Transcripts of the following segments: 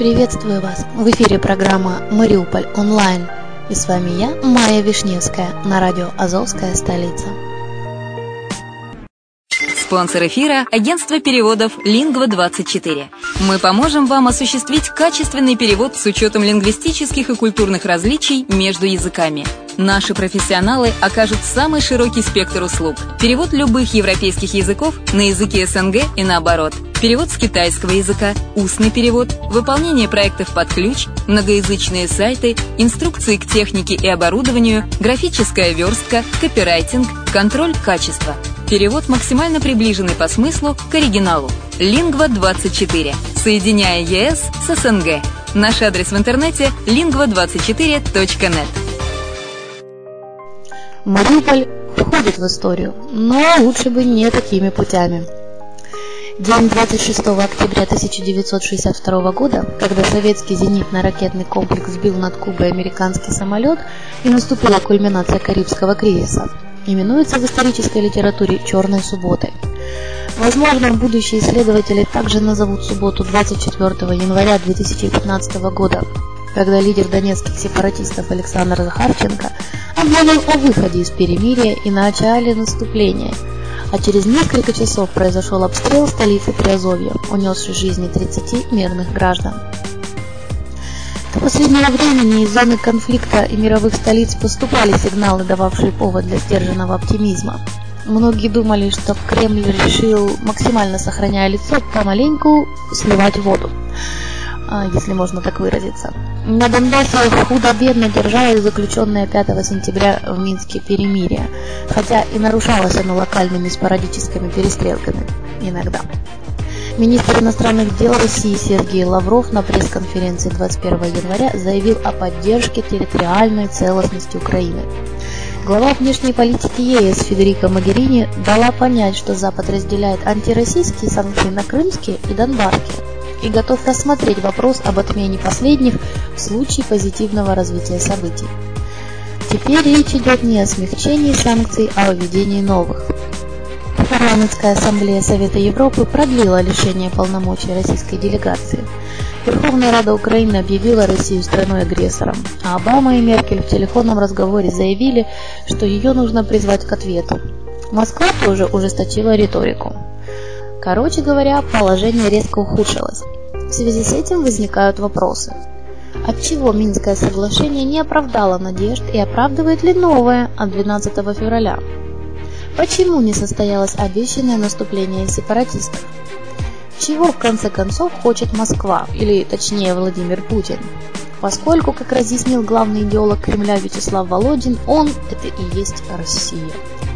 Приветствую вас! В эфире программа «Мариуполь онлайн». И с вами я, Майя Вишневская, на радио «Азовская столица». Спонсор эфира – агентство переводов Lingva24. Мы поможем вам осуществить качественный перевод с учетом лингвистических и культурных различий между языками. Наши профессионалы окажут самый широкий спектр услуг. Перевод любых европейских языков на языки СНГ и наоборот. Перевод с китайского языка, устный перевод, выполнение проектов под ключ, многоязычные сайты, инструкции к технике и оборудованию, графическая верстка, копирайтинг, контроль качества. Перевод максимально приближенный по смыслу к оригиналу. Lingva24. Соединяя ЕС с СНГ. Наш адрес в интернете lingva24.net. Мариуполь входит в историю, но лучше бы не такими путями. День 26 октября 1962 года, когда советский зенитно-ракетный комплекс сбил над Кубой американский самолет и наступила кульминация Карибского кризиса, именуется в исторической литературе «Черной субботой». Возможно, будущие исследователи также назовут субботу 24 января 2015 года, когда лидер донецких сепаратистов Александр Захарченко объявил о выходе из перемирия и начале наступления, а через несколько часов произошел обстрел столицы Приазовья, унесший жизни 30 мирных граждан. До последнего времени из зоны конфликта и мировых столиц поступали сигналы, дававшие повод для сдержанного оптимизма. Многие думали, что Кремль решил, максимально сохраняя лицо, помаленьку сливать воду, если можно так выразиться. На Донбассе худо-бедно держалось заключенное 5 сентября в Минске перемирие, хотя и нарушалось оно локальными спорадическими перестрелками иногда. Министр иностранных дел России Сергей Лавров на пресс-конференции 21 января заявил о поддержке территориальной целостности Украины. Глава внешней политики ЕС Федерика Могерини дала понять, что Запад разделяет антироссийские санкции на крымские и донбасские и готов рассмотреть вопрос об отмене последних в случае позитивного развития событий. Теперь речь идет не о смягчении санкций, а о введении новых. Парламентская ассамблея Совета Европы продлила лишение полномочий российской делегации. Верховная Рада Украины объявила Россию страной-агрессором, а Обама и Меркель в телефонном разговоре заявили, что ее нужно призвать к ответу. Москва тоже ужесточила риторику. Короче говоря, положение резко ухудшилось. В связи с этим возникают вопросы. Отчего Минское соглашение не оправдало надежд и оправдывает ли новое от 12 февраля? Почему не состоялось обещанное наступление сепаратистов? Чего в конце концов хочет Москва, или точнее Владимир Путин? Поскольку, как разъяснил главный идеолог Кремля Вячеслав Володин, он – это и есть Россия.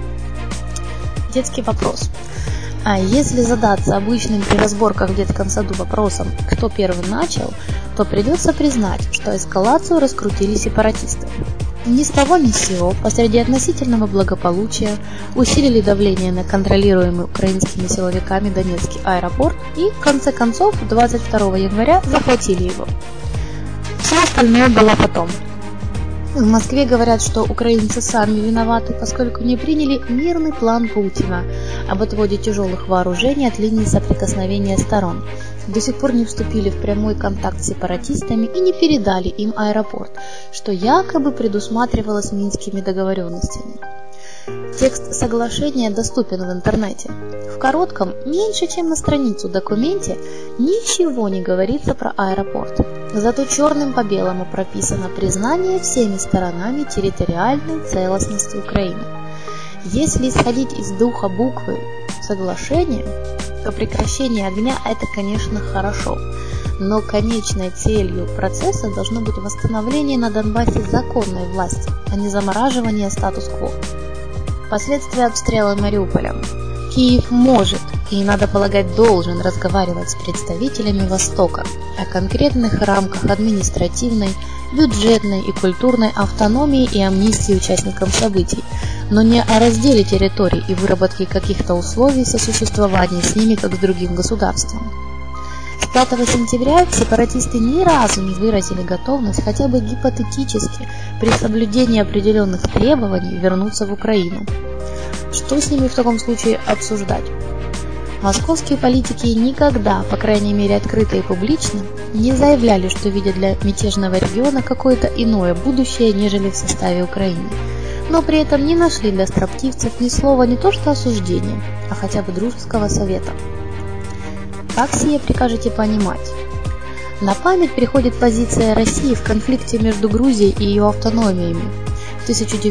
Детский вопрос. А если задаться обычным при разборках в детском саду вопросом, кто первый начал, то придется признать, что эскалацию раскрутили сепаратисты. Ни с того ни с сего, посреди относительного благополучия, усилили давление на контролируемый украинскими силовиками Донецкий аэропорт и, в конце концов, 22 января захватили его. Все остальное было потом. В Москве говорят, что украинцы сами виноваты, поскольку не приняли мирный план Путина об отводе тяжелых вооружений от линии соприкосновения сторон, до сих пор не вступили в прямой контакт с сепаратистами и не передали им аэропорт, что якобы предусматривалось минскими договоренностями. Текст соглашения доступен в интернете. В коротком, меньше чем на страницу документе, ничего не говорится про аэропорт. Зато черным по белому прописано признание всеми сторонами территориальной целостности Украины. Если исходить из духа буквы соглашения, то прекращение огня – это, конечно, хорошо, но конечной целью процесса должно быть восстановление на Донбассе законной власти, а не замораживание статус-кво. Последствия обстрела Мариуполя. Киев может и, надо полагать, должен разговаривать с представителями Востока о конкретных рамках административной, бюджетной и культурной автономии и амнистии участникам событий, но не о разделе территорий и выработке каких-то условий сосуществования с ними как с другим государством. С 5 сентября сепаратисты ни разу не выразили готовность хотя бы гипотетически при соблюдении определенных требований вернуться в Украину. Что с ними в таком случае обсуждать? Московские политики никогда, по крайней мере открыто и публично, не заявляли, что видят для мятежного региона какое-то иное будущее, нежели в составе Украины, но при этом не нашли для строптивцев ни слова не то что осуждения, а хотя бы дружеского совета. Как сие прикажете понимать? На память приходит позиция России в конфликте между Грузией и ее автономиями в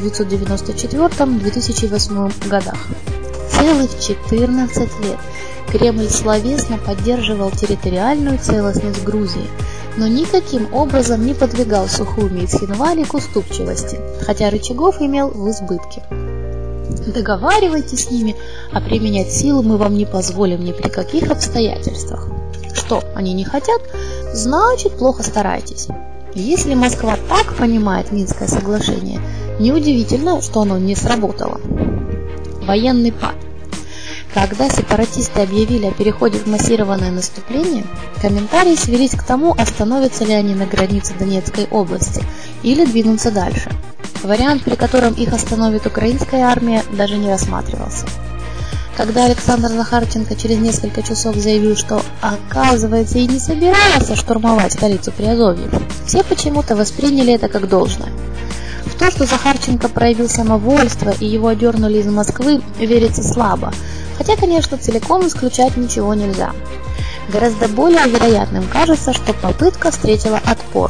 1994-2008 годах. Целых 14 лет Кремль словесно поддерживал территориальную целостность Грузии, но никаким образом не подвигал Сухуми и Цхинвали к уступчивости, хотя рычагов имел в избытке. Договаривайтесь с ними, а применять силу мы вам не позволим ни при каких обстоятельствах. Что, они не хотят? Значит, плохо старайтесь. Если Москва так понимает Минское соглашение, неудивительно, что оно не сработало. Военный пад. Когда сепаратисты объявили о переходе в массированное наступление, комментарии свелись к тому, остановятся ли они на границе Донецкой области или двинутся дальше. Вариант, при котором их остановит украинская армия, даже не рассматривался. Когда Александр Захарченко через несколько часов заявил, что, оказывается, и не собирался штурмовать столицу Приазовья, все почему-то восприняли это как должное. В то, что Захарченко проявил самовольство и его одернули из Москвы, верится слабо, хотя, конечно, целиком исключать ничего нельзя. Гораздо более вероятным кажется, что попытка встретила отпор.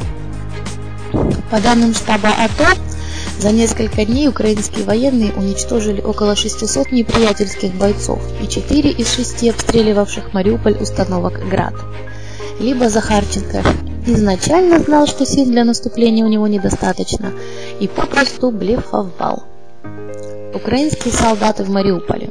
По данным штаба АТО, за несколько дней украинские военные уничтожили около 600 неприятельских бойцов и 4 из 6 обстреливавших Мариуполь установок «Град». Либо Захарченко изначально знал, что сил для наступления у него недостаточно, и попросту блефовал. Украинские солдаты в Мариуполе.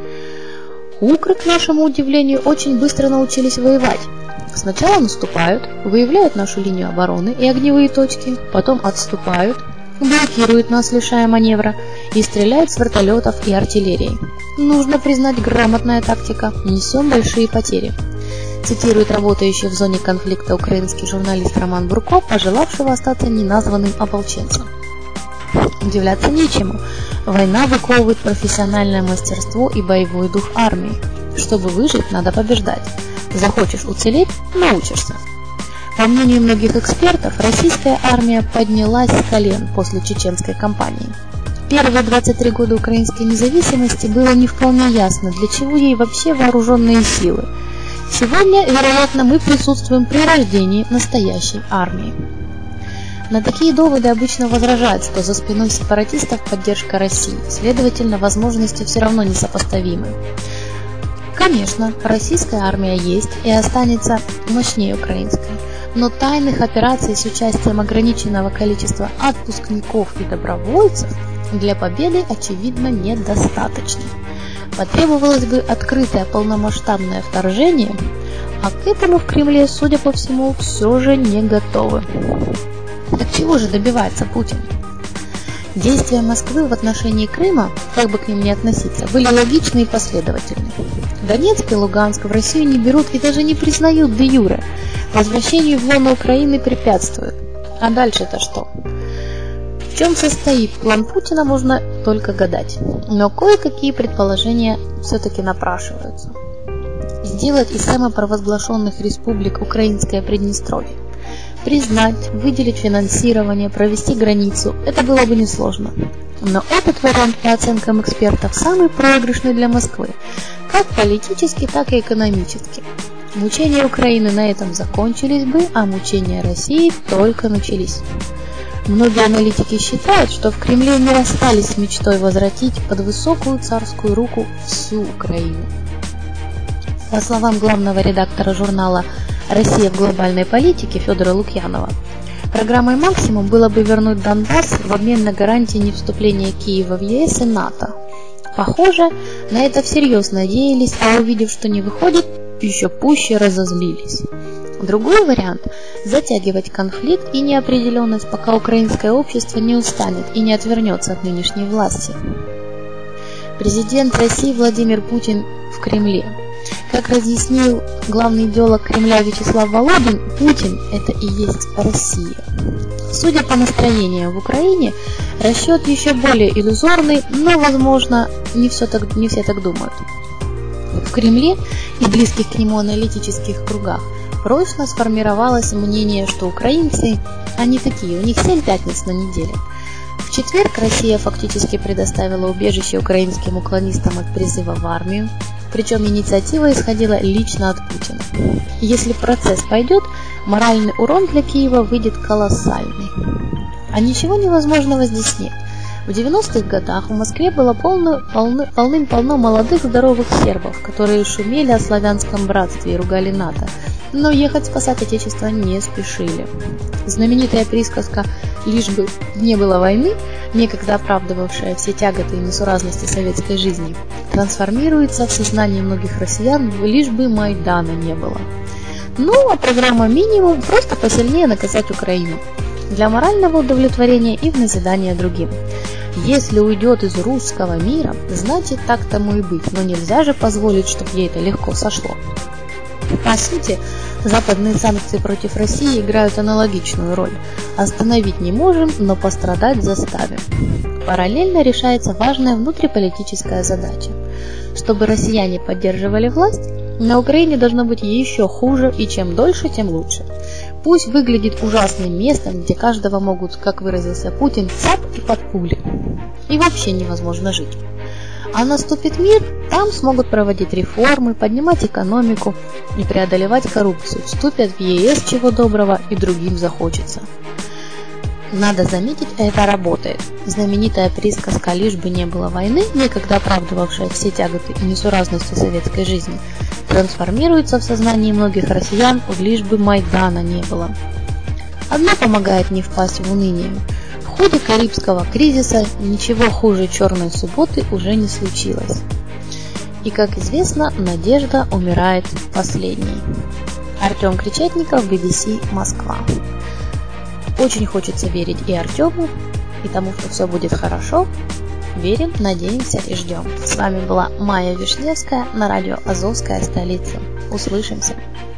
Укры, к нашему удивлению, очень быстро научились воевать. Сначала наступают, выявляют нашу линию обороны и огневые точки, потом отступают, блокируют нас, лишая маневра, и стреляют с вертолетов и артиллерии. Нужно признать, грамотная тактика, несем большие потери. Цитирует работающий в зоне конфликта украинский журналист Роман Бурко, пожелавшего остаться неназванным ополченцем. Удивляться нечему. Война выковывает профессиональное мастерство и боевой дух армии. Чтобы выжить, надо побеждать. Захочешь уцелеть – научишься. По мнению многих экспертов, российская армия поднялась с колен после чеченской кампании. Первые 23 года украинской независимости было не вполне ясно, для чего ей вообще вооруженные силы. Сегодня, вероятно, мы присутствуем при рождении настоящей армии. На такие доводы обычно возражают, что за спиной сепаратистов поддержка России, следовательно, возможности все равно несопоставимы. Конечно, российская армия есть и останется мощнее украинской, но тайных операций с участием ограниченного количества отпускников и добровольцев для победы, очевидно, недостаточно. Потребовалось бы открытое полномасштабное вторжение, а к этому в Кремле, судя по всему, все же не готовы. Так чего же добивается Путин? Действия Москвы в отношении Крыма, как бы к ним ни относиться, были логичны и последовательны. Донецк и Луганск в Россию не берут и даже не признают де юре. Возвращению в лоно Украины препятствуют. А дальше-то что? В чем состоит план Путина, можно только гадать. Но кое-какие предположения все-таки напрашиваются. Сделать из самопровозглашенных республик украинское Приднестровье. Признать, выделить финансирование, провести границу – это было бы несложно. Но этот вариант, по оценкам экспертов, самый проигрышный для Москвы, как политически, так и экономически. Мучения Украины на этом закончились бы, а мучения России только начались. Многие аналитики считают, что в Кремле не расстались с мечтой возвратить под высокую царскую руку всю Украину. По словам главного редактора журнала «Россия в глобальной политике» Федора Лукьянова, программой «Максимум» было бы вернуть Донбасс в обмен на гарантии невступления Киева в ЕС и НАТО. Похоже, на это всерьез надеялись, а увидев, что не выходит, еще пуще разозлились. Другой вариант – затягивать конфликт и неопределенность, пока украинское общество не устанет и не отвернется от нынешней власти. Президент России Владимир Путин в Кремле. Как разъяснил главный идеолог Кремля Вячеслав Володин, Путин – это и есть Россия. Судя по настроениям в Украине, расчет еще более иллюзорный, но, возможно, не все так думают. В Кремле и близких к нему аналитических кругах прочно сформировалось мнение, что украинцы, они такие, у них 7 пятниц на неделе. В четверг Россия фактически предоставила убежище украинским уклонистам от призыва в армию, причем инициатива исходила лично от Путина. Если процесс пойдет, моральный урон для Киева выйдет колоссальный. А ничего невозможного здесь нет. В 90-х годах в Москве было полным-полно молодых здоровых сербов, которые шумели о славянском братстве и ругали НАТО, но ехать спасать Отечество не спешили. Знаменитая присказка «лишь бы не было войны», некогда оправдывавшая все тяготы и несуразности советской жизни, трансформируется в сознании многих россиян в «лишь бы Майдана не было». Ну, а программа «Минимум» – просто посильнее наказать Украину для морального удовлетворения и в назидание другим. Если уйдет из русского мира, значит так тому и быть, но нельзя же позволить, чтобы ей это легко сошло. По сути, западные санкции против России играют аналогичную роль. Остановить не можем, но пострадать заставим. Параллельно решается важная внутриполитическая задача. Чтобы россияне поддерживали власть, на Украине должно быть еще хуже, и чем дольше, тем лучше. Пусть выглядит ужасным местом, где каждого могут, как выразился Путин, цап и под пули. И вообще невозможно жить. А наступит мир, там смогут проводить реформы, поднимать экономику и преодолевать коррупцию, вступят в ЕС чего доброго и другим захочется. Надо заметить, это работает. Знаменитая присказка «лишь бы не было войны», некогда оправдывавшая все тяготы и несуразности советской жизни, трансформируется в сознании многих россиян в «лишь бы Майдана не было». Одно помогает не впасть в уныние. В ходе Карибского кризиса ничего хуже черной субботы уже не случилось. И, как известно, надежда умирает последней. Артем Кречетников, BBC Москва. Очень хочется верить и Артему, и тому, что все будет хорошо. Верим, надеемся и ждем. С вами была Майя Вишневская на радио «Азовская столица». Услышимся!